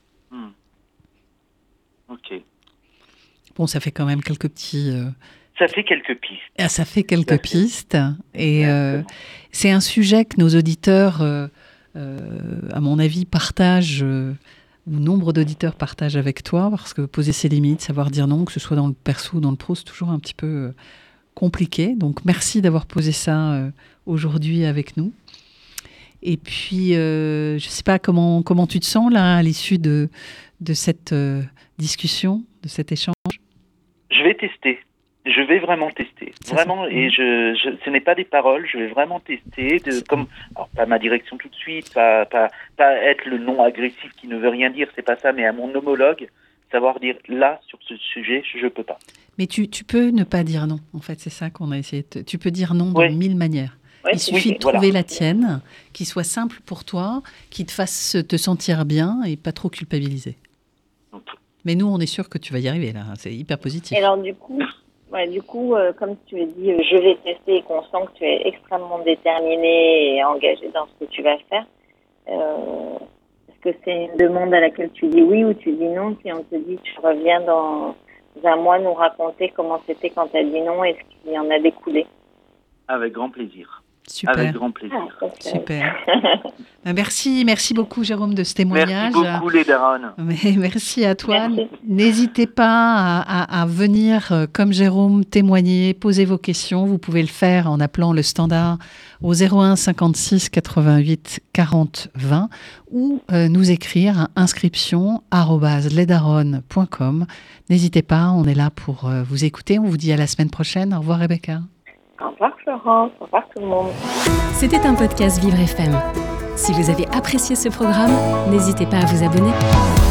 Ok. Bon, ça fait quand même quelques petits... Ça fait quelques pistes. Ça fait quelques pistes. Et c'est un sujet que nos auditeurs à mon avis, ou nombre d'auditeurs partagent avec toi, parce que poser ses limites, savoir dire non, que ce soit dans le perso ou dans le pro, c'est toujours un petit peu compliqué. Donc, merci d'avoir posé ça aujourd'hui avec nous. Et puis, je ne sais pas comment tu te sens là, à l'issue de cette discussion, de cet échange. Je vais tester. Je vais vraiment tester. Vraiment, et ce n'est pas des paroles, je vais vraiment tester. Alors, pas ma direction tout de suite, pas être le non agressif qui ne veut rien dire, c'est pas ça, mais à mon homologue, savoir dire là, sur ce sujet, je peux pas. Mais tu peux ne pas dire non, en fait, c'est ça qu'on a essayé. Tu peux dire non de 1000 manières. Il suffit de trouver la tienne, qui soit simple pour toi, qui te fasse te sentir bien et pas trop culpabiliser. Okay. Mais nous, on est sûr que tu vas y arriver, là. C'est hyper positif. Et alors, du coup, comme tu le dis, je vais tester et qu'on sent que tu es extrêmement déterminé et engagé dans ce que tu vas faire. Est-ce que c'est une demande à laquelle tu dis oui ou tu dis non? Si on te dit tu reviens dans un mois nous raconter comment c'était quand tu as dit non et ce qui en a découlé? Avec grand plaisir. Super. Avec grand plaisir. Super. Merci beaucoup Jérôme de ce témoignage. Merci beaucoup les darons. Merci à toi. Merci. N'hésitez pas à venir comme Jérôme témoigner, poser vos questions. Vous pouvez le faire en appelant le standard au 01 56 88 40 20 ou nous écrire à inscription@lesdarons.com. N'hésitez pas, on est là pour vous écouter. On vous dit à la semaine prochaine. Au revoir Rebecca. Au revoir Florence, au revoir tout le monde. C'était un podcast Vivre FM. Si vous avez apprécié ce programme, n'hésitez pas à vous abonner.